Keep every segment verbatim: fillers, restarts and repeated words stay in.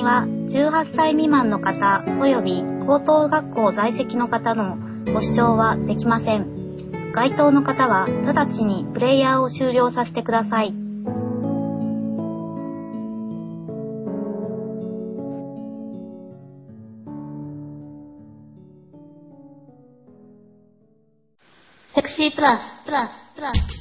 組はじゅうはっさい未満の方及び高等学校在籍の方のご視聴はできません。該当の方は直ちにプレイヤーを終了させてください。セクシープラス、プラス、プラス、プラス。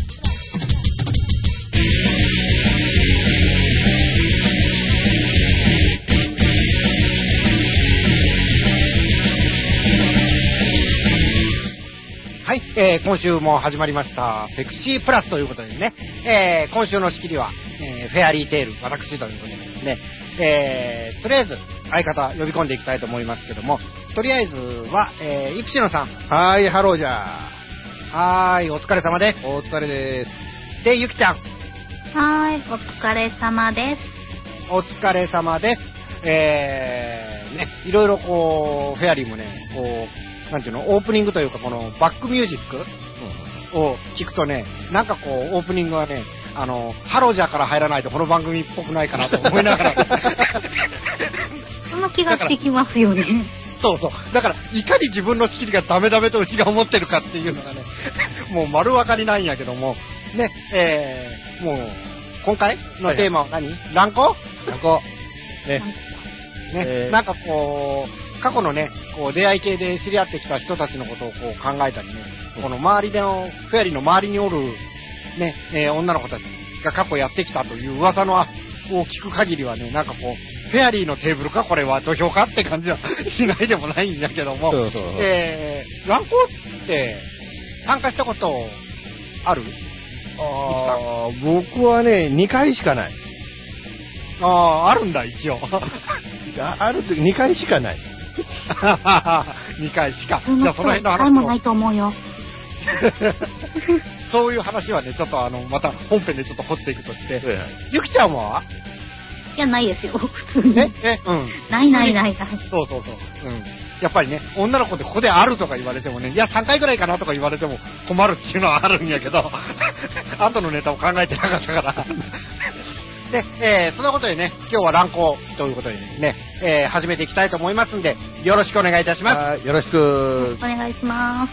はい、えー、今週も始まりましたセクシープラスということでね、えー、今週の仕切りは、えー、フェアリーテール私ということでですね、えー、とりあえず相方呼び込んでいきたいと思いますけども、とりあえずは、えー、イプシノさん。 はーい、ハローじゃはーい、お疲れ様です。 お疲れです。 で、ゆきちゃん。 はーい、お疲れ様です。 お疲れ様です。えー、ね、いろいろこうフェアリーもね、こうなんていうの、オープニングというかこのバックミュージックを聞くとね、なんかこうオープニングはね、あのハロージャーから入らないとこの番組っぽくないかなと思いながらそんな気がしてきますよね。 そうそう。だから、いかに自分の仕切りがダメダメとうちが思ってるかっていうのがね、もう丸分かりないんやけども、ね、えー、もう、今回のテーマは何？乱行？ 乱行。ね。 ね、 えー、 なんかこう、過去のね、こう出会い系で知り合ってきた人たちのことをこう考えたりね、この周りでの、フェアリーの周りにおる、ね、えー、女の子たちが過去やってきたという噂の、を聞く限りはね、なんかこう、フェアリーのテーブルかこれは土俵かって感じはしないでもないんだけども、 そうそうそう、 えー、乱行って参加したことある？ あー、僕はね、にかいしかない。 ああ、あるんだ、一応。 あるってにかいしかない。 にかいしか。 じゃあその辺の話も。いっかいもないと思うよ。 そういう話はね、ちょっとあの、また本編でちょっと掘っていくとして。ゆきちゃんはいや、ないですよ、普通に。 ええ、うん。 ないないないない。 そうそうそう。うん。やっぱりね、女の子でここであるとか言われてもね、いや、さんかいぐらいかなとか言われても困るっていうのはあるんやけど、後のネタを考えてなかったから。で、えー、そんなことでね、今日は乱行ということでね、えー、始めていきたいと思いますんで、よろしくお願いいたします。 はい、よろしく。 お願いします。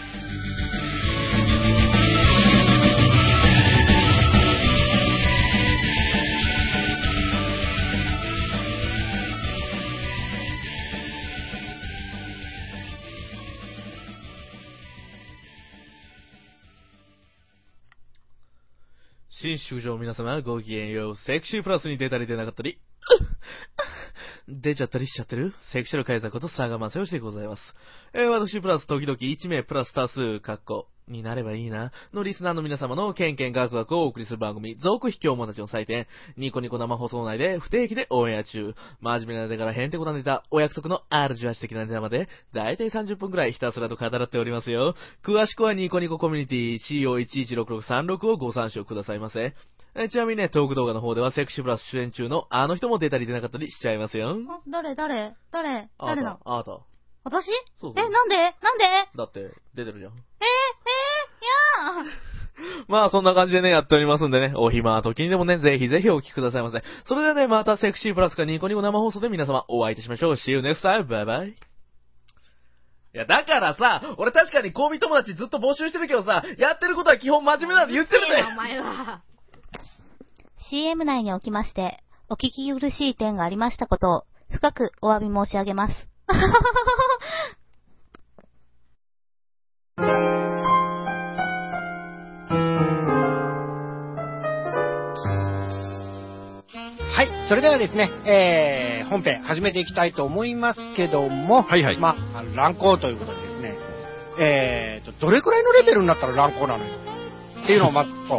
新宿場皆様ごきげんよう。セクシープラスに出たり出なかったり出ちゃったりしちゃってるセクシャル改ざこと佐賀正義でございます。えー、私プラス時々いち名プラス多数かっこになればいいなのリスナーの皆様のケンケンガクガクをお送りする番組、続秘境者たちの祭典、ニコニコ生放送内で不定期でオンエア中。真面目なネタからヘンテコなネタ、お約束の アールじゅうはち 的なネタまで、だいたいさんじゅっぷんくらいひたすらと語らっておりますよ。詳しくはニコニココミュニティ シーオーいちいちろくろくさんろく をご参照くださいませ。えちなみにね、トーク動画の方ではセクシープラス出演中のあの人も出たり出なかったりしちゃいますよ。 あ、誰誰誰誰だあなた。 私？ そうそう。 え、なんでなんでだって、出てるじゃん。えー、 えー、いやー。まあ、そんな感じでね、やっておりますんでね、お暇な時にでもね、ぜひぜひお聞きくださいませ。それではね、またセクシープラスかニコニコ生放送で皆様お会いいたしましょう。See you next time. Bye bye. いや、だからさ、俺確かに恋人友達ずっと募集してるけどさ、やってることは基本真面目なんで言ってるね。 お前は。シーエム 内におきまして、お聞き苦しい点がありましたことを、深くお詫び申し上げます。 はい、それではですね、えー、本編始めていきたいと思いますけども、 はいはい。 まあ、乱行ということでですね、えーと、どれくらいのレベルになったら乱行なのよっていうのをまず、そう。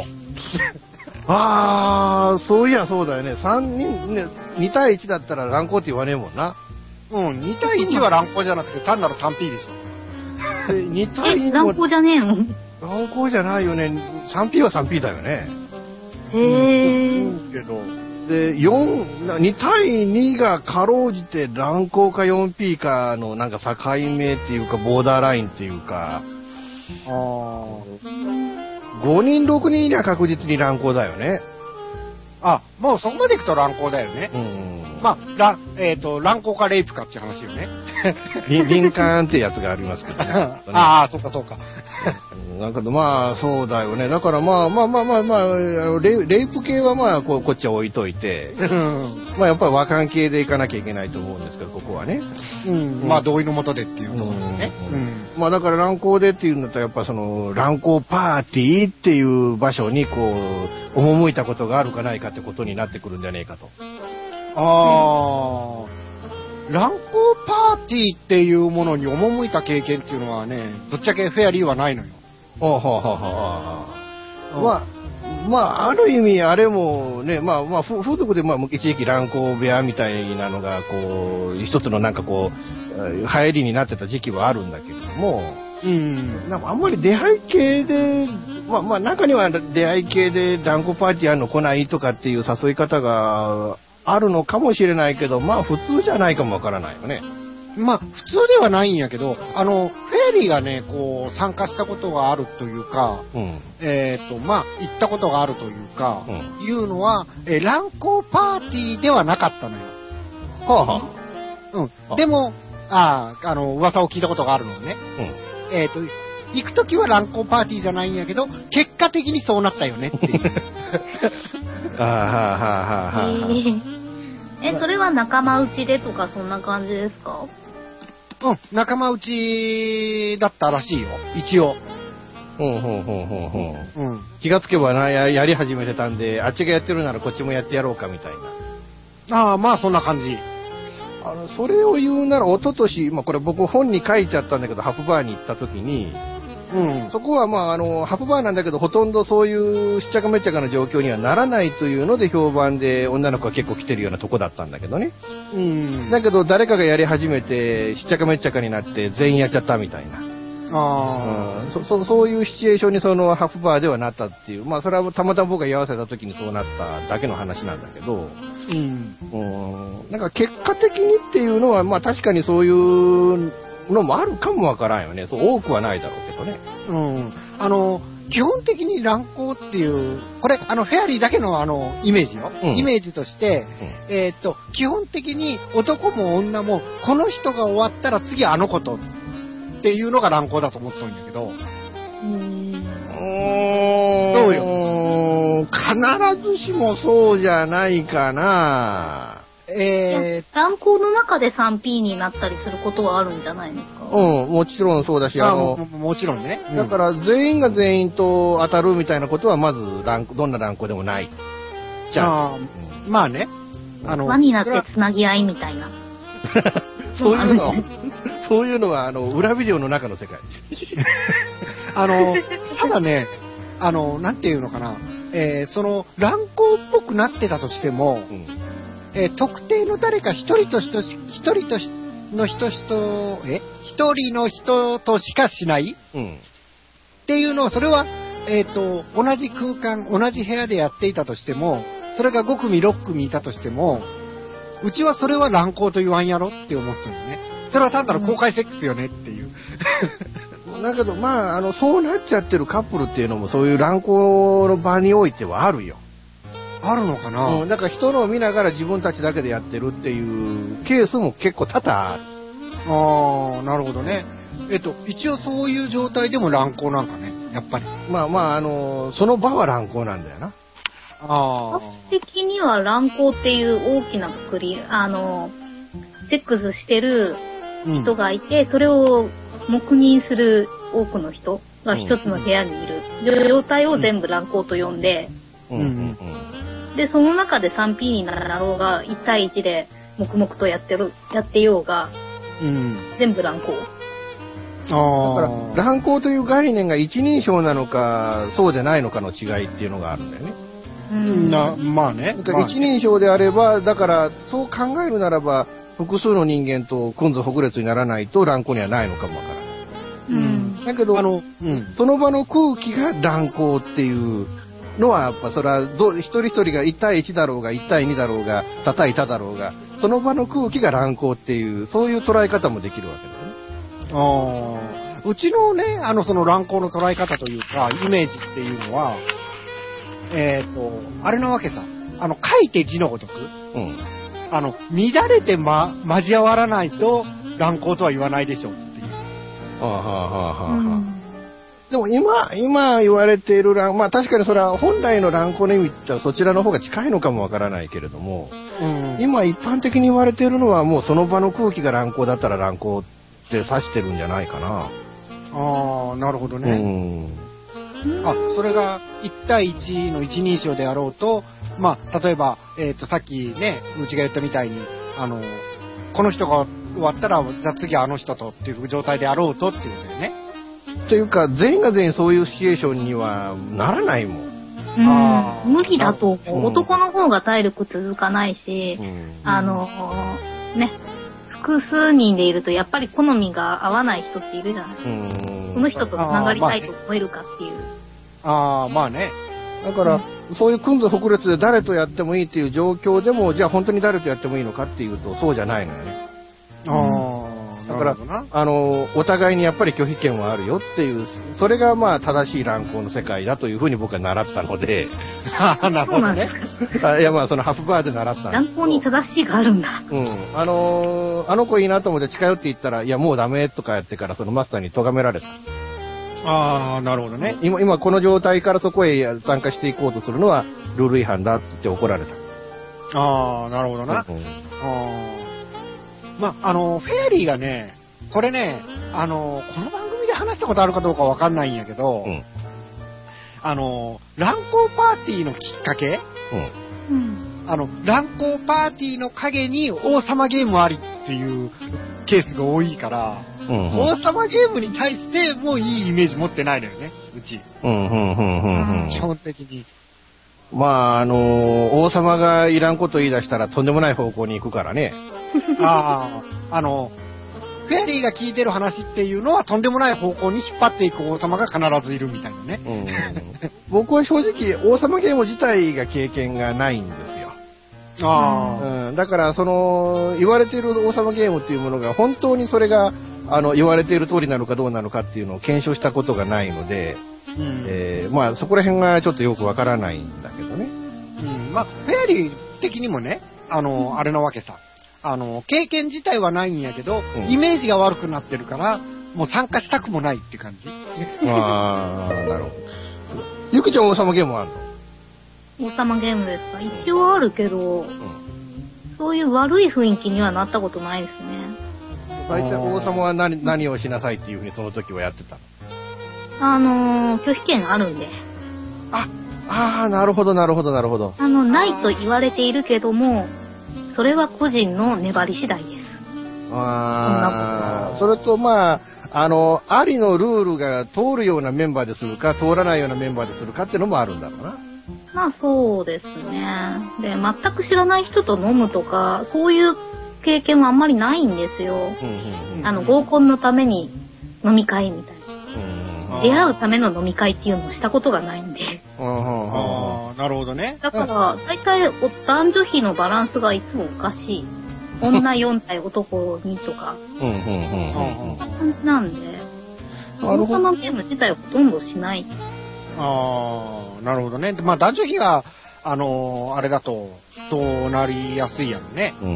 あー、そういやそうだよね。さんにん、ね、に対いちだったら乱行って言わねえもんな。 うん、に対いちは乱行じゃなくて単なる スリーピー でしょ。 に対に乱行じゃねえの？ 乱行じゃないよね。スリーピー は スリーピー だよね。 へー。 うん、けど。 で、よん、に対にがかろうじて乱行か よんピー かのなんか境目っていうかボーダーラインっていうか、 あごにんろくにんには確実に乱行だよね。 あ、もうそこまで行くと乱行だよね。 うん。 まあ、ら、えっ、ー、と、乱行かレイプかっていう話よね。 リリンカーンってやつがありますけどね。 ああ、そっかそっか。 なんかまあ、そうだよね。だからまあまあまあまあまあ、レイレイプ系はまあこ、こっちは置いといて、 うん、 まあやっぱり和漢系でいかなきゃいけないと思うんですけど、ここはね。 うん。まあ、同意のもとでっていうところですね。 うん。うん、まあだから乱行でっていうんだったら、やっぱその、乱行パーティーっていう場所にこう、赴いたことがあるかないかってことになってくるんじゃねえかと。 ああ。乱行パーティーっていうものに赴いた経験っていうのはね、ぶっちゃけフェアリーはないのよ。 はあ、はあははあ、まあ、まあ、ある意味あれもね、まあまあ、風俗でまあ一時期乱行部屋みたいなのが、こう、一つのなんかこう、流行りになってた時期はあるんだけれども、 うん。 なんかあんまり出会い系で、まあまあ中には出会い系で乱行パーティーやるの来ないとかっていう誘い方が、あるのかもしれないけど、まあ普通じゃないかもわからないよね。 まあ普通ではないんやけど、あの、フェアリーがね、こう、参加したことがあるというか、 うん、 えっ、ー、と、まあ、行ったことがあるというか、 うん、 いうのは、えー、乱行パーティーではなかったのよ。 はあはあ。うん。でも、ああ、あの、噂を聞いたことがあるのね。 うん。 えっ、ー、と、行くときは乱行パーティーじゃないんやけど、結果的にそうなったよねっていう。 ああ、はあ、はあ、はあ、はあ。 え、それは仲間内でとかそんな感じですか？ うん、仲間内だったらしいよ、一応。 ほうほうほうほうほう。 うん。 気がつけばな、や、やり始めてたんで、あっちがやってるならこっちもやってやろうかみたいな。 ああ、まあそんな感じ。 あの、それを言うなら、一昨年、まあこれ僕本に書いちゃったんだけど、ハフバーに行った時に、 うん。 そこはまああの、ハフバーなんだけど、ほとんどそういうしっちゃかめっちゃかな状況にはならないというので評判で、女の子が結構来てるようなとこだったんだけどね。 うん。 だけど誰かがやり始めて、しっちゃかめっちゃかになって全員やっちゃったみたいな。 ああ、 うん、そ, そ, そういうシチュエーションにそのハフバーではなったっていう、まあそれはたまたま僕が居合わせた時にそうなっただけの話なんだけど、 うん。 うん、なんか結果的にっていうのは、まあ確かにそういうのもあるかもわからんよね。そう多くはないだろうけどね。 うん。あの、基本的に乱行っていう、これ、あの、フェアリーだけのあの、イメージよ。 うん、 イメージとして、うん、えー、っと、基本的に男も女も、この人が終わったら次あの子と、っていうのが乱行だと思ったんだけど。うーん。そうよ。必ずしもそうじゃないかな。 えー、乱行の中で スリーピー になったりすることはあるんじゃないですか？ うん、もちろんそうだし、あの、 あも, もちろんね、 うん。だから全員が全員と当たるみたいなことはまず乱どんな乱行でもない。 じゃあ、うん、まあね。 あの、輪になってつなぎ合いみたいな。 そういうの、そういうのは、あの、裏ビデオの中の世界。 あの、ただね、あの、なんていうのかな、えー、その、乱行っぽくなってたとしても、うんえー、特定の誰か一人と人し、一人としの人人、え一人の人としかしない、うん、っていうのを、それは、えっ、ー、と、同じ空間、同じ部屋でやっていたとしても、それがご組、ろっ組いたとしても、うちはそれは乱行と言わんやろって思ったんですね。それは単なる公開セックスよねっていう。 うん、だけど、まあ、あの、そうなっちゃってるカップルっていうのも、そういう乱行の場においてはあるよ。 あるのかな、 うん、だから人のを見ながら自分たちだけでやってるっていうケースも結構多々ある。 ああ、なるほどね。えっと、一応そういう状態でも乱行なんかね、やっぱり。 まあまあ、あの、その場は乱行なんだよな。 ああ。 私的には乱行っていう大きなくくり、あの、セックスしてる人がいて、うん、それを黙認する多くの人が一つの部屋にいる、うん、状態を全部乱行と呼んで、うんうんうんで、その中で スリーピー になろうが、いち対いちで黙々とやってる、やってようが、うん、全部乱行。 あだから、乱行という概念が一人称なのか、そうでないのかの違いっていうのがあるんだよね。 うん、なまあね。 だから一人称であれば、だから、そう考えるならば、複数の人間と君属北列にならないと乱行にはないのかもわからない。 うん。 だけど、あの、うん、その場の空気が乱行っていう、のは、やっぱそれはど、一人一人がいち対いちだろうが、いち対にだろうが、叩いただろうが、その場の空気が乱行っていう、そういう捉え方もできるわけだね。 ああ。うちのね、あの、その乱行の捉え方というか、イメージっていうのは、えっと、あれなわけさ。 あの、書いて字のごとく、 うん。 あの、乱れてま、交わらないと、乱行とは言わないでしょうっていう。 はあ、はあはあはあ、 うんでも今、今言われている乱、まあ確かにそれは本来の乱行の意味って言ったらそちらの方が近いのかもわからないけれども、 うん、 今一般的に言われているのはもうその場の空気が乱行だったら乱行って指してるんじゃないかな。 ああ、なるほどうね。 ん。 あ、それがいち対いちの一人称であろうと、まあ、例えば、えっ、と、さっきね、うちが言ったみたいに、あの、この人が終わったら、じゃあ次はあの人とっていう状態であろうとっていうことだよね。 というか、全員が全員そういうシチュエーションにはならないもん。 うん、無理だと思う、 うん、 男の方が体力続かないし、 うん、 あの、ね、複数人でいるとやっぱり好みが合わない人っているじゃないですか。 うんこの人と繋がりたいと思えるかっていう。 ああ、まあね。 だから、うん、そういう君図北列で誰とやってもいいっていう状況でも、じゃあ本当に誰とやってもいいのかっていうと、そうじゃないのよね。 ああ、 だから、あの、お互いにやっぱり拒否権はあるよっていう、それがまあ正しい乱行の世界だというふうに僕は習ったので。 ああ、なるほどね。 いやまあそのハフバーで習ったんです。 乱行に正しいがあるんだ。 うん。あのー、あの子いいなと思って近寄っていったら、いやもうダメとかやってからそのマスターに咎められた。 ああ、なるほどね。 今、今この状態からそこへ参加していこうとするのはルール違反だって言って怒られた。 ああ、なるほどな。うん、あまあ、あの、フェアリーがね、これね、あの、この番組で話したことあるかどうかわかんないんやけど、うん、あの、乱行パーティーのきっかけ、うん、あの、乱行パーティーの陰に王様ゲームありっていうケースが多いから、うんうん、王様ゲームに対してもういいイメージ持ってないのよね、うち。 うんうんうんうんうん、 基本的に。 まあ、あのー、王様がいらんこと言い出したらとんでもない方向に行くからね。 ああ、あの、フェアリーが聞いてる話っていうのはとんでもない方向に引っ張っていく王様が必ずいるみたいなね。 うん僕は正直王様ゲーム自体が経験がないんですよ。 ああ、 うん。だからその言われている王様ゲームっていうものが本当にそれがあの言われている通りなのかどうなのかっていうのを検証したことがないので、うんえー、まあそこら辺がちょっとよくわからないんだけどね。 うん、まあフェアリー的にもね、あの、うん、あれなわけさ。あの、経験自体はないんやけど、うん、イメージが悪くなってるから、もう参加したくもないって感じ。 ああ、なるほど。ゆきちゃん王様ゲームあるの？王様ゲームですか？一応あるけど、うん、そういう悪い雰囲気にはなったことないですね。 大体王様は何、何をしなさいっていうふうにその時はやってたの？ あのー、拒否権あるんで。 あ、ああ、なるほどなるほどなるほど。 あの、ないと言われているけども、それは個人の粘り次第です。 ああ、それとまあ、あの、ありのルールが通るようなメンバーでするか、通らないようなメンバーでするかっていうのもあるんだろうな。 まあそうですね。で、全く知らない人と飲むとか、そういう経験はあんまりないんですよ。うんうんうん、あの、合コンのために飲み会みたいな。うん、出会うための飲み会っていうのをしたことがないんで。 ああ、なるほどね。 だから、大体、男女比のバランスがいつもおかしい。女よん対男にとか。うんうんうんうん。感じなんで、王様ゲーム自体はほとんどしない。 ああ、なるほどね。まあ男女比が、あのー、あれだと、そうなりやすいやろね。うん。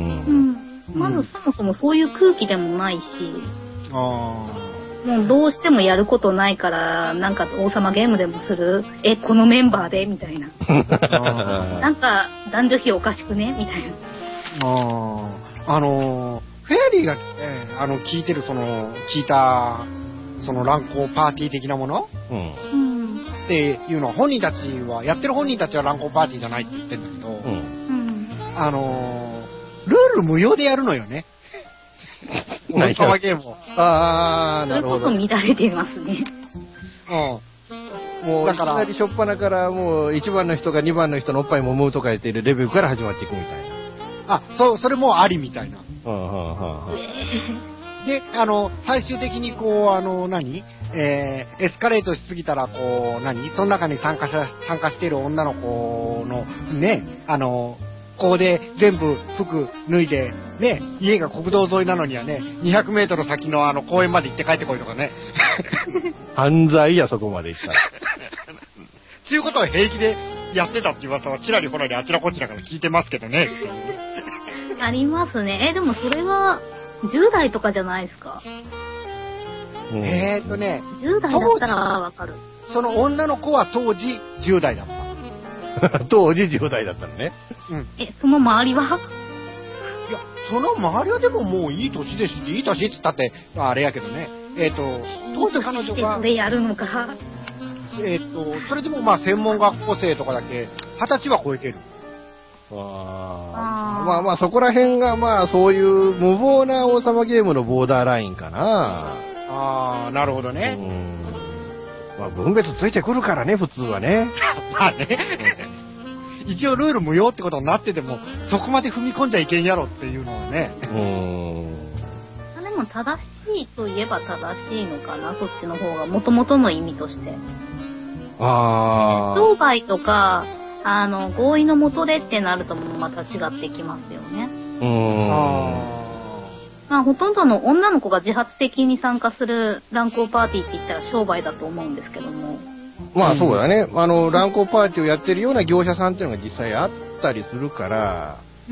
うん。まずそもそもそういう空気でもないし。ああ。もうどうしてもやることないから、なんか王様ゲームでもする？え、このメンバーでみたいな。なんか男女比おかしくねみたいな。 ああ、あのー、フェアリーが、えー、あの、聞いてるその、聞いた、その乱行パーティー的なもの、うん、っていうのは本人たちは、やってる本人たちは乱行パーティーじゃないって言ってるんだけど、うん、あのー、ルール無用でやるのよね。王様ゲームを。 ああ、なるほど。 それこそ乱れてますね。 うん。もう、だから、いきなり初っ端からもういちばんの人がにばんの人のおっぱいもむとか言っているレベルから始まっていくみたいな。 あ、そう、それもありみたいな。で、あの、最終的にこう、あの、何えー、エスカレートしすぎたら、こう、何その中に参加し、参加している女の子の、ね、あの、ここで全部服脱いで、ね、家が国道沿いなのにはね、にひゃくメートル先のあの公園まで行って帰ってこいとかね。 犯罪や、そこまで行ったら。 ちゅうことを平気でやってたっていう噂はちらりほらりあちらこちらから聞いてますけどね。 ありますね。え、でもそれはじゅう代とかじゃないですか。 うん、 えーっとね、 じゅう代だったらわかる。 その女の子は当時じゅう代だった。 当時じゅう代だったのね。 うん。 え、その周りはいや、その周りはでももういい年ですし、いい年って言ったって、あれやけどね。えーっと、当時彼女が、 それやるのか。 えーっと、それでもまあ専門学校生とかだけ、二十歳は超えてる。 あまあまあそこら辺がまあそういう無謀な王様ゲームのボーダーラインかな。 ああ、なるほどね。 うん。まあ分別ついてくるからね、普通はね。 まあね。一応ルール無用ってことになってても、そこまで踏み込んじゃいけんやろっていうのはね。 うーん。 でも正しいといえば正しいのかな、そっちの方が、元々の意味として。 ああ。 商売とか、あの、合意のもとでってなるとまた違ってきますよね。 うーん。 あまあ、ほとんどの女の子が自発的に参加する乱交パーティーって言ったら商売だと思うんですけども。 まあそうだね。あの、乱交パーティーをやってるような業者さんっていうのが実際あったりするから、 うん。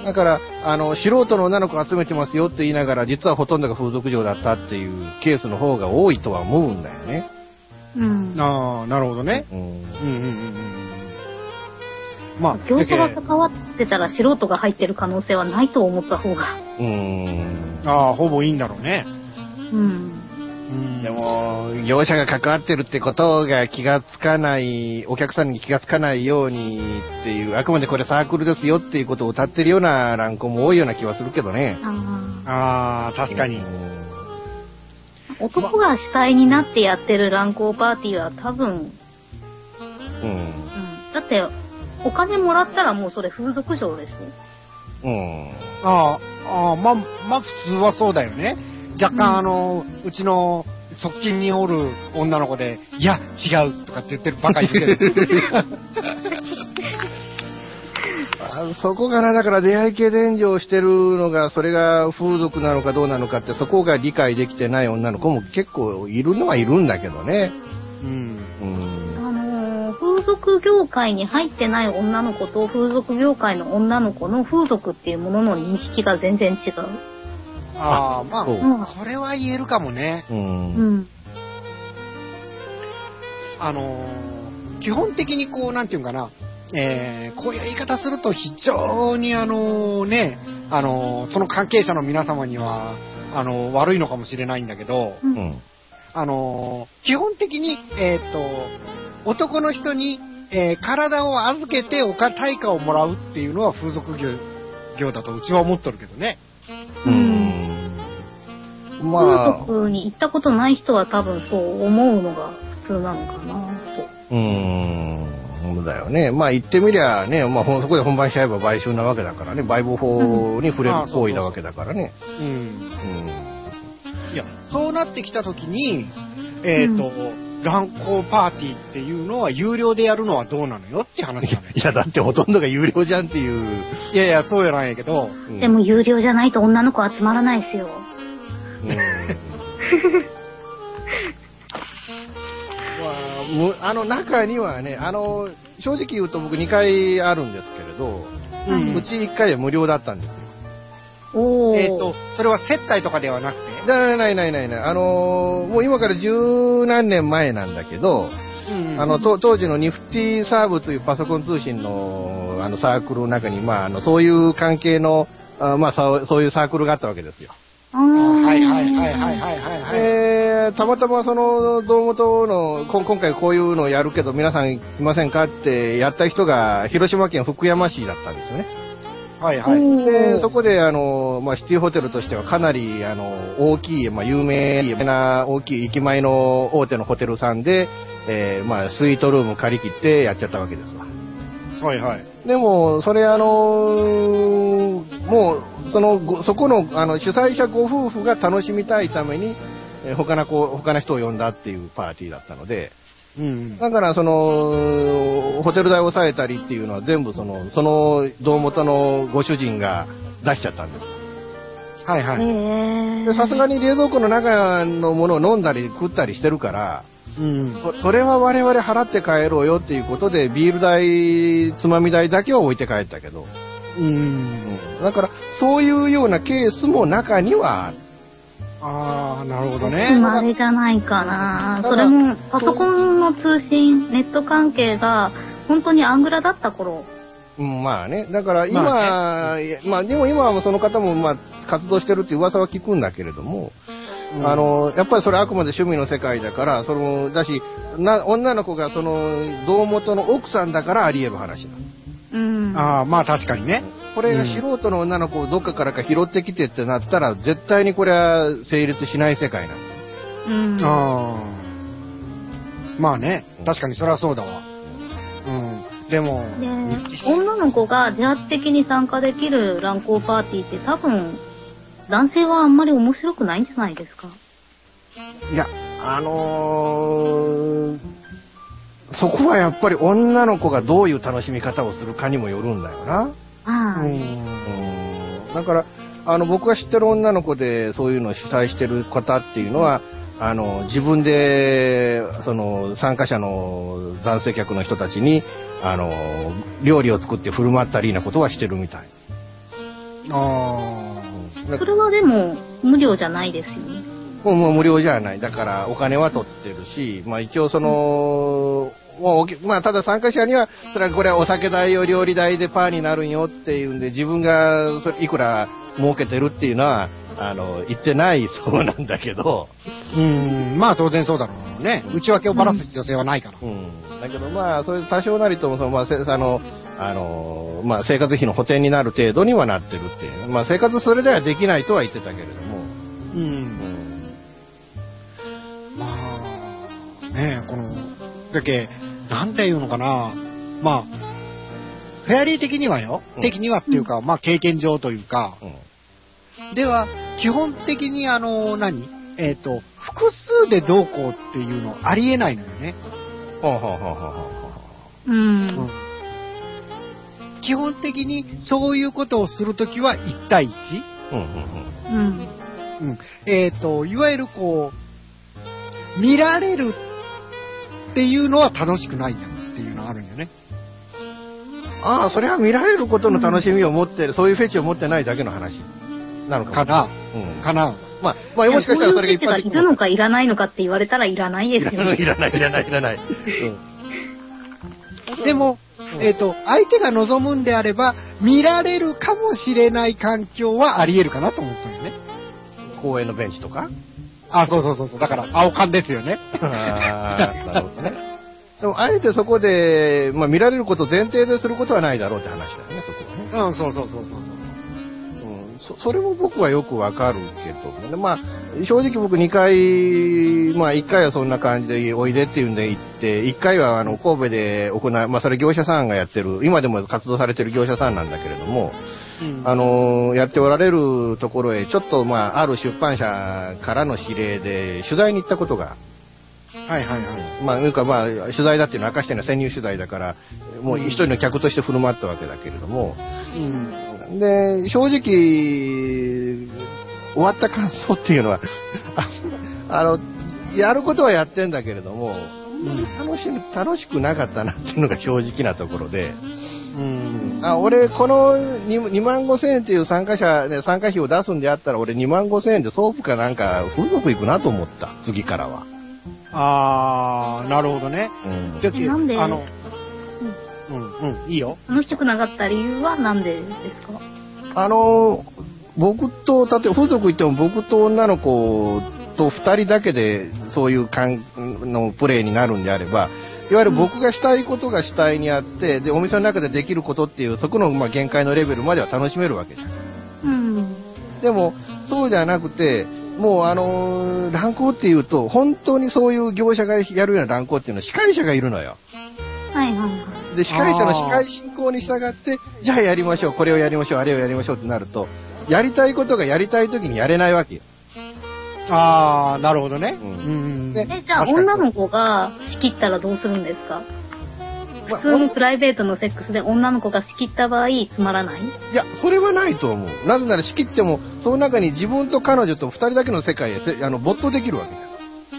だから、あの、素人の女の子集めてますよって言いながら、実はほとんどが風俗嬢だったっていうケースの方が多いとは思うんだよね。 うん。 あ、なるほどね。 うん。うんうんうんうん。まあ、 業者が関わってたら素人が入ってる可能性はないと思った方が。 うーん。 ああ、ほぼいいんだろうね。 うん。 うん。 でも、業者が関わってるってことが気がつかない、お客さんに気がつかないようにっていう、あくまでこれサークルですよっていうことを謳ってるような乱行も多いような気はするけどね。 ああ、確かに。 男が主体になってやってる乱交パーティーは多分、 うん。うん。 だって、お金もらったらもうそれ風俗嬢でしょ。うん。 ああ、ああ、まあ、まあ普通はそうだよね。若干、うん、あの、うちの側近におる女の子で、いや、違うとかって言ってるばかり言ってる。 あそこがな、だから出会い系で援助をしてるのが、それが風俗なのかどうなのかって、そこが理解できてない女の子も結構いるのはいるんだけどね。 うん。 うん風俗業界に入ってない女の子と風俗業界の女の子の風俗っていうものの認識が全然違う。 ああ、まあ、 そうそれは言えるかもね。 うん。 うん。 あのー、基本的にこう、なんていうんかな、えー、こういう言い方すると非常にあのね、あのー、その関係者の皆様には、あのー、悪いのかもしれないんだけど、 うん、 あのー、基本的に、えっと、男の人に、えー、体を預けておか対価をもらうっていうのは風俗業、業だとうちは思っとるけどね。 うん。 まあ。風俗に行ったことない人は多分そう思うのが普通なのかなと。 うーん。そうだよね。まあ言ってみりゃね、まあそこで本番しちゃえば買収なわけだからね。売買法に触れる行為なわけだからね。 うん。うん。いや、そうなってきたときに、えっと、うん乱交パーティーっていうのは有料でやるのはどうなのよって話なんだよ。 いや、だってほとんどが有料じゃんっていう。 いやいや、そうじゃないけど。 うん、でも有料じゃないと女の子集まらないですよ。うん。 まあ、あの中にはね、あの、正直言うと僕にかいあるんですけれど、うん、うちいっかいは無料だったんですよ。 おー。 えっと、それは接待とかではなくてないないないないない。あのー、もう今から十何年前なんだけど、うんうん、あの、当時のニフティサーブというパソコン通信の、あの、サークルの中に、まあ、あの、そういう関係の、あまあそう、そういうサークルがあったわけですよ。 はいはいはいはいはいはい、はい。 えー、たまたまその、堂本の、今回こういうのをやるけど、皆さんいませんかってやった人が、広島県福山市だったんですよね。 はいはい。 で、そこで、あの、まあ、シティホテルとしてはかなり、あの、大きい、まあ、有名な大きい駅前の大手のホテルさんで、えー、まあ、スイートルーム借り切ってやっちゃったわけですわ。 はいはい。 でも、それあの、もう、その、そこの、あの、主催者ご夫婦が楽しみたいために、えー、他の子、他の人を呼んだっていうパーティーだったので、うん、だから、その、ホテル代を抑えたりっていうのは全部その、その胴元のご主人が出しちゃったんです。 はいはい。 で、さすがに冷蔵庫の中のものを飲んだり食ったりしてるから、 うん。 そそれは我々払って帰ろうよっていうことで、ビール代、つまみ代だけは置いて帰ったけど。 うん。うん、 だから、そういうようなケースも中にはある。 ああ、なるほどね。 つまりじゃないかな。それも、パソコンの通信、ネット関係が、本当にアングラだった頃。 うん、まあね。だから今、まあ、 ね、 まあでも今はその方もまあ活動してるっていう噂は聞くんだけれども、うん、あの、やっぱりそれあくまで趣味の世界だから、その、だし、な、女の子がその、胴元の奥さんだからあり得る話だ。 うん。 ああ、まあ確かにね。 これが素人の女の子をどっかからか拾ってきてってなったら、絶対にこれは成立しない世界なんだ。 うん。 ああ。まあね、確かにそれはそうだわ。うん。でも、 で、女の子が自発的に参加できる乱交パーティーって多分、男性はあんまり面白くないんじゃないですか？ いや、あのー、そこはやっぱり女の子がどういう楽しみ方をするかにもよるんだよな。 ああ。 うん。だから、あの、僕が知ってる女の子でそういうのを主催してる方っていうのは、あの、自分で、その、参加者の男性客の人たちに、あの、料理を作って振る舞ったりなことはしてるみたい。 ああ。それはでも、無料じゃないですよね。 もう無料じゃない。だから、お金は取ってるし、まあ一応その、うん、もう、まあただ参加者には、それはこれはお酒代よ料理代でパーになるんよっていうんで、自分がそれいくら儲けてるっていうのは、あの、言ってないそうなんだけど。 うん、まあ当然そうだろうね。内訳をばらす必要性はないから。 うん。うん、だけどまあ、それ多少なりとも、その、まあ、あの、あの、まあ生活費の補填になる程度にはなってるっていう。まあ生活それではできないとは言ってたけれども。 うん。うんまあ、ねえ、この、だけ、なんていうのかな、まあ、フェアリー的にはよ、うん、的にはっていうか、まあ経験上というか、うん、では、基本的にあの、何えっと、複数でどうこうっていうのありえないのよね。 はあ、はあはあはあ、うん。 基本的にそういうことをするときはいち対いち。 うんうんうん。 うん。えっと、いわゆるこう、見られるっていうのは楽しくないんだっていうのがあるんよね。 ああ、それは見られることの楽しみを持ってる、うん、そういうフェチを持ってないだけの話なのかかな。 うん。 かな。 まあ、まあ、もしかしたらそれが一般的に。いるのかいらないのかって言われたらいらないですよね。 いらない、いらない、いらない。 うん、でも、えっと、相手が望むんであれば、見られるかもしれない環境はあり得るかなと思ったよね。 公園のベンチとかあ、そうそうそうそう。だから、青缶ですよね。 ああ、なるほどね。でも、あえてそこで、まあ、見られることを前提ですることはないだろうって話だよね、そこはね。 うん、そうそうそうそうそう。 うん、そ、それも僕はよくわかるけど、ね、まあ、正直僕にかい、まあ、いっかいはそんな感じでおいでっていうんで行って、いっかいはあの、神戸で行う、まあ、それ業者さんがやってる、今でも活動されてる業者さんなんだけれども、うん、あのー、やっておられるところへ、ちょっと、まあ、ある出版社からの指令で取材に行ったことが。 はいはいはい。 まあ、いうかまあ、取材だっていうのは明かしてのは潜入取材だから、もう一人の客として振る舞ったわけだけれども、うん、で、正直、終わった感想っていうのは、あの、やることはやってんだけれども、うん、楽しみ、楽しくなかったなっていうのが正直なところで、うん、あ俺、このにまんごせんえんっていう参加者、ね、参加費を出すんであったら、俺にまんごせんえんでソープかなんか風俗行くなと思った、次からは。 あー、なるほどね。 うん、じゃあ、なんで、 あの、うん、うん、いいよ。 楽しくなかった理由はなんでですか？ あの、僕と、例えば風俗行っても僕と女の子とふたりだけでそういう感のプレイになるんであれば、いわゆる僕がしたいことが主体にあって、で、お店の中でできることっていう、そこのまあ限界のレベルまでは楽しめるわけじゃん。 うん。 でも、そうじゃなくて、もうあのー、乱行っていうと、本当にそういう業者がやるような乱行っていうのは司会者がいるのよ。 はいはいはい。 で、司会者の司会進行に従って、じゃあやりましょう、これをやりましょう、あれをやりましょうってなると、やりたいことがやりたい時にやれないわけよ。 あー、なるほどね。 うん。 うん、 え、じゃあ女の子が仕切ったらどうするんですか？普通のプライベートのセックスで女の子が仕切った場合、つまらない？ いや、それはないと思う。なぜなら仕切っても、その中に自分と彼女と二人だけの世界へ、あの、没頭できるわけだ。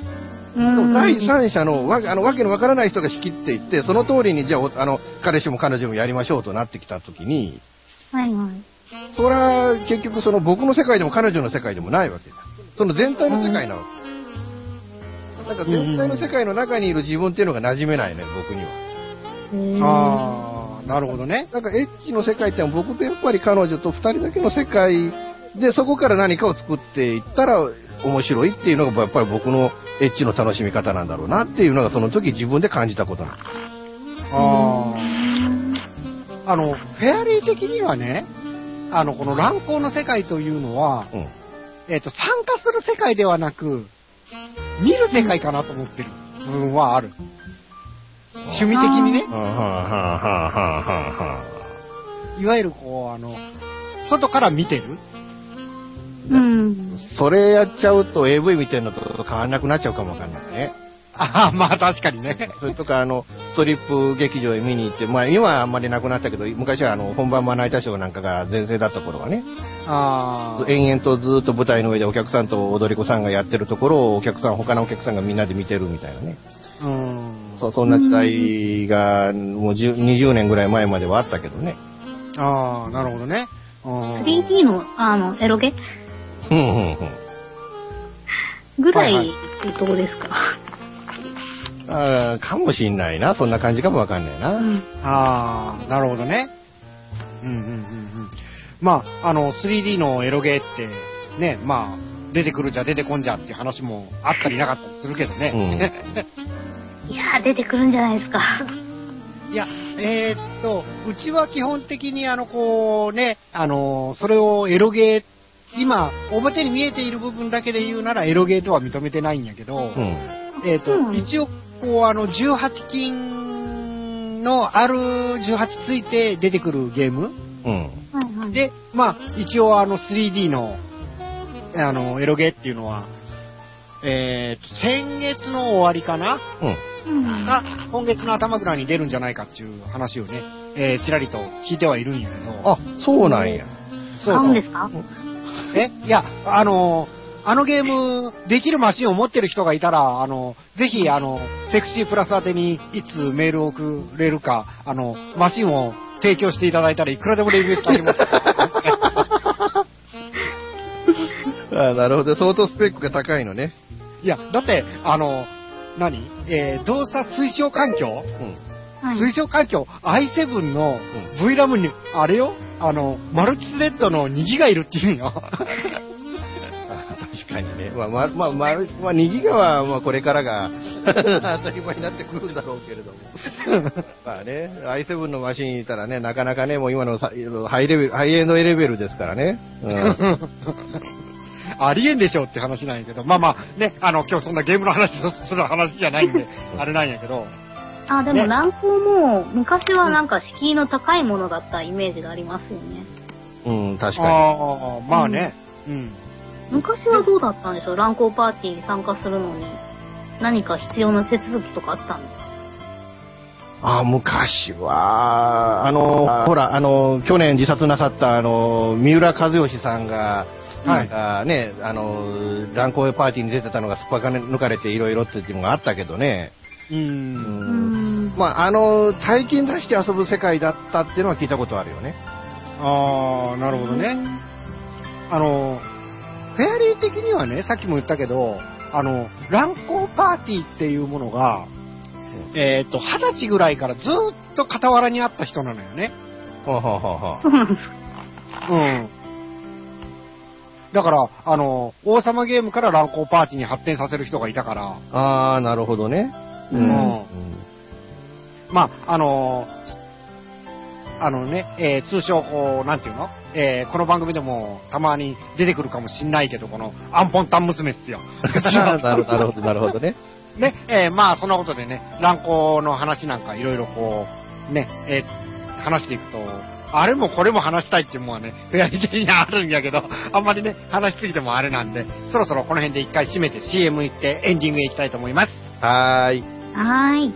うん第三者のわあのわけのわからない人が仕切っていって、その通りに、じゃあ、あの、彼氏も彼女もやりましょうとなってきたときに、 はいはい。 それは結局その僕の世界でも彼女の世界でもないわけだ。その全体の世界なわけ。なんか全体の世界の中にいる自分っていうのが馴染めないね、僕には。 ああ、なるほどね。 なんかエッチの世界ってのは僕とやっぱり彼女と二人だけの世界で、そこから何かを作っていったら面白いっていうのがやっぱり僕のエッチの楽しみ方なんだろうなっていうのがその時自分で感じたことなんです。 ああ。あの、フェアリー的にはね、あの、この乱行の世界というのは、 うん、 えっと、参加する世界ではなく、見る世界かなと思ってる部分はある。趣味的にね。いわゆるこう、あの、外から見てる。 うん。 それやっちゃうと エーブイ 見てるのと変わんなくなっちゃうかもわかんないね。 ああ、まあ確かにね。 それとか、あの、ストリップ劇場へ見に行って、まあ今はあんまりなくなったけど、昔はあの、本番まな板ショーなんかが全盛だった頃はね。 ああ。 延々とずっと舞台の上でお客さんと踊り子さんがやってるところをお客さん、他のお客さんがみんなで見てるみたいなね。 うん。 そう、そんな時代がもうじゅうにじゅうねんぐらい前まではあったけどね。 ああ、なるほどね。 スリーディー の、あの、エロゲうんうんうん。 ぐらいっていうとこですか。 ああ、かもしんないな。そんな感じかもわかんないな。うん、 ああ、なるほどね。うんうんうんうん。まあ、あの、スリーディー のエロゲーって、ね、まあ、出てくるじゃ出てこんじゃっていう話もあったりなかったりするけどね。 うん、いやー、出てくるんじゃないですか。 いや、えー、っと、うちは基本的にあの、こうね、あの、それをエロゲー、今、表に見えている部分だけで言うならエロゲーとは認めてないんやけど、うん、えー、っと、うん、一応、こう、あの、じゅうはち禁のあるじゅうはちついて出てくるゲーム、うん、で、まあ、一応あの スリーディー の、あの、エロゲーっていうのは、えー、先月の終わりかな、うん、が、今月の頭ぐらいに出るんじゃないかっていう話をね、えー、ちらりと聞いてはいるんやけど。 あ、そうなんや。 そうそう。買うんですか？ え、いや、あの、あのゲーム、できるマシンを持ってる人がいたら、あの、ぜひ、あの、セクシープラス宛てにいつメールを送れるか、あの、マシンを提供していただいたらいくらでもレビューしてあげます。 あ、なるほど。相当スペックが高いのね。 いや、だって、あの、何えー、動作推奨環境、うん、推奨環境 アイセブン の ブイラム に、あれよあの、マルチスレッドのにギガいるっていうんよ。 確かにね。まあ、まあ、まあ、まあ、まあ、にギガは、まあ、これからが当たり前になってくるんだろうけれども。まあね、アイセブン のマシンいたらね、なかなかね、もう今のハイレベル、ハイエンドエレベルですからね。うん、 ありえんでしょうって話なんやけど、まあまあ、ね、あの、今日そんなゲームの話する話じゃないんで、あれなんやけど。 あ、でも乱行も、昔はなんか敷居の高いものだったイメージがありますよね。 うん、確かに。 ああ、まあね。うん。うん、 昔はどうだったんでしょう、乱行パーティーに参加するのに。何か必要な手続きとかあったんですか？ あ、昔は、あの、ほら、あの、去年自殺なさった、あの、三浦和義さんが、はい、あね、あの、乱行パーティーに出てたのがすっぱか抜かれていろいろっていうのがあったけどね。うーん。うんまあ、あの、大金出して遊ぶ世界だったっていうのは聞いたことあるよね。 ああ、なるほどね。あの、フェアリー的にはね、さっきも言ったけど、あの、乱行パーティーっていうものが、うん、えっと、二十歳ぐらいからずっと傍らにあった人なのよね。 はあ、はあはあ、うん。だから、あの、王様ゲームから乱行パーティーに発展させる人がいたから。 ああ、なるほどね。うん。うん、 まあ、あの、あのね、えー、通称、こう、なんていうのえー、この番組でもたまに出てくるかもしんないけど、このアンポンタン娘っすよ。 なるほど、なるほどね。 ね、えー、まあ、そんなことでね、乱行の話なんかいろいろこう、ね、えー、話していくと、あれもこれも話したいっていうものはね、フェアリー的にはあるんやけど、あんまりね、話しすぎてもあれなんで、そろそろこの辺で一回締めて シーエム 行ってエンディングへ行きたいと思います。 はーい。 はーい。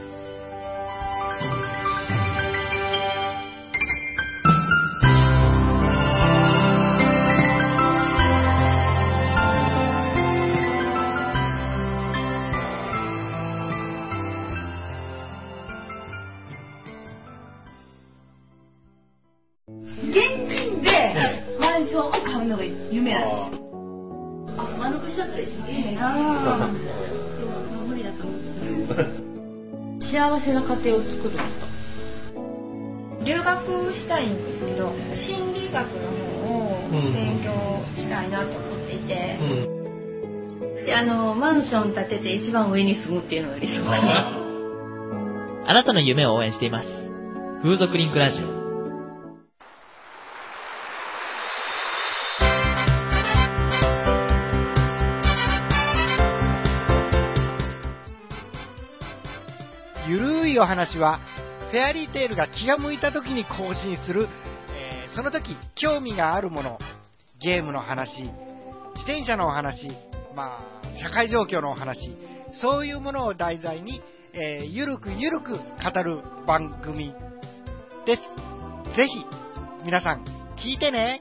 のが夢ある。あ、間延びしちゃったら一番いいなぁ。そう、無理だと思う。幸せな家庭を作ること。留学したいんですけど、心理学の方を勉強したいなと思っていて、うん、であのマンション建てて一番上に住むっていうのが理想かな。 あなたの夢を応援しています。風俗リンクラジオ。 ゆるいお話はフェアリーテールが気が向いた時に更新する、えー、その時興味があるもの、ゲームの話、自転車のお話、まあ社会状況のお話、そういうものを題材に、えー、ゆるくゆるく語る番組です。ぜひ皆さん聞いてね。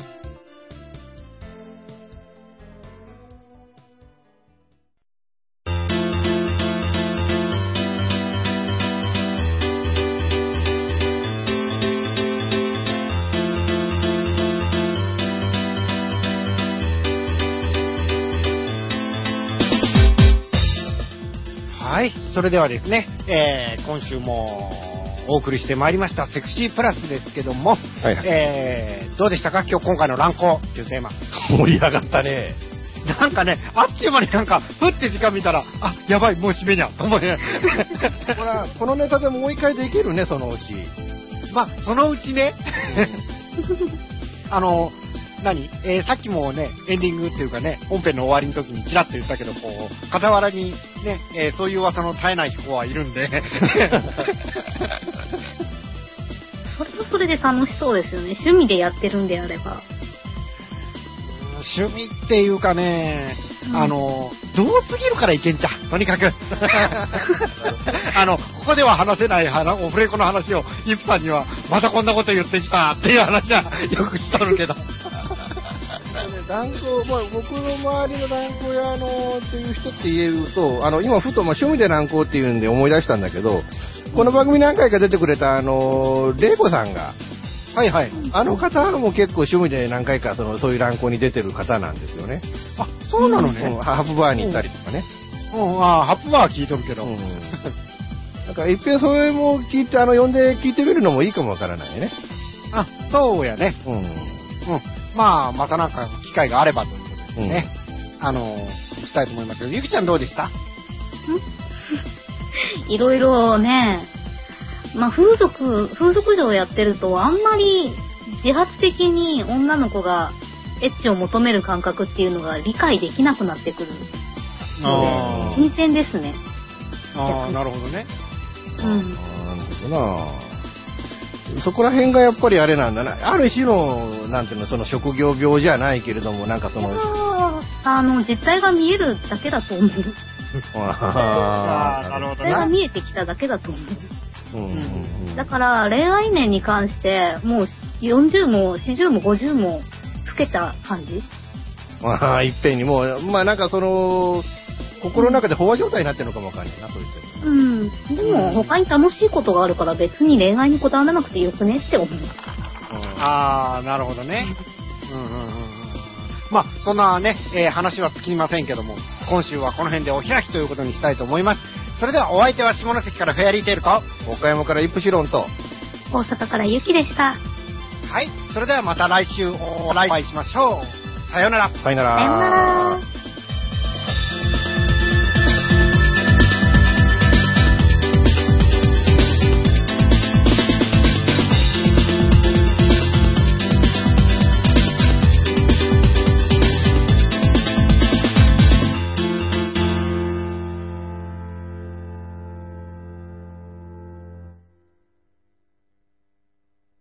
はい、それではですね、えー、今週もお送りしてまいりましたセクシープラスですけども、はいはい、えー、どうでしたか今日今回の乱行っていうテーマ。 盛り上がったね。 なんかね、あっちゅう間になんかふって時間見たら、あ、やばいもう締めにゃと思いね。 ほらこのネタでもう一回できるね、そのうち。 まあそのうちね。あの何、えー、さっきもねエンディングっていうかね本編の終わりの時にちらっと言ったけど、こう傍らにね、えー、そういう噂の絶えない人はいるんで。 それはそれで楽しそうですよね。趣味でやってるんであれば。 趣味っていうかね、うん、あのどうすぎるからいけんちゃとにかく。あのここでは話せないオフレコの話をイプさんにはまたこんなこと言ってきたっていう話はよくしとるけど。 断交、まあ、僕の周りの断交屋のっていう人って言うと、あの今ふと、まあ、趣味で断交っていうんで思い出したんだけど、この番組何回か出てくれたあの玲子さんが、 はいはい、 あの方も結構趣味で何回かそのそういう乱行に出てる方なんですよね。 あ、そうなのね。 うん、ハープバーに行ったりとかね。 うん、うん、あ、ハープバーは聞いとるけど。うん、 だから一遍それも聞いて、あの呼んで聞いてみるのもいいかもわからないね。 あ、そうやね。 うん。うん。 まあまたなんか機会があればということでね。うん、あのしたいと思いますけど、ゆきちゃんどうでした？ いろいろね。まあ、風俗、風俗嬢をやってると、あんまり自発的に女の子がエッチを求める感覚っていうのが理解できなくなってくるので、新鮮ですね。 ああ、なるほどね。 うん。 なんだろうな。そこら辺がやっぱりあれなんだな。ある種の、なんていうの、その職業病じゃないけれども、なんかその。 あの、実態が見えるだけだと思う。 ああ、なるほどね。 実態が見えてきただけだと思う。 うんうんうん、 だから恋愛面に関してもうよんじゅうもよんじゅうもごじゅうも老けた感じ。 ああ、いっぺんにもうまあなんかその心の中で飽和状態になってるのかもわかんないな、そういう人。うん。でも他に楽しいことがあるから別に恋愛にこだわらなくてよくねって思う。うん、 ああ、なるほどね。うんうんうんうん。まあそんなね、えー、話は尽きませんけども、今週はこの辺でお開きということにしたいと思います。それではお相手は下関からフェアリーテールと岡山からイプシロンと大阪からユキでした。 はい、それではまた来週お会いしましょう。さようなら。 さようなら。 さようなら。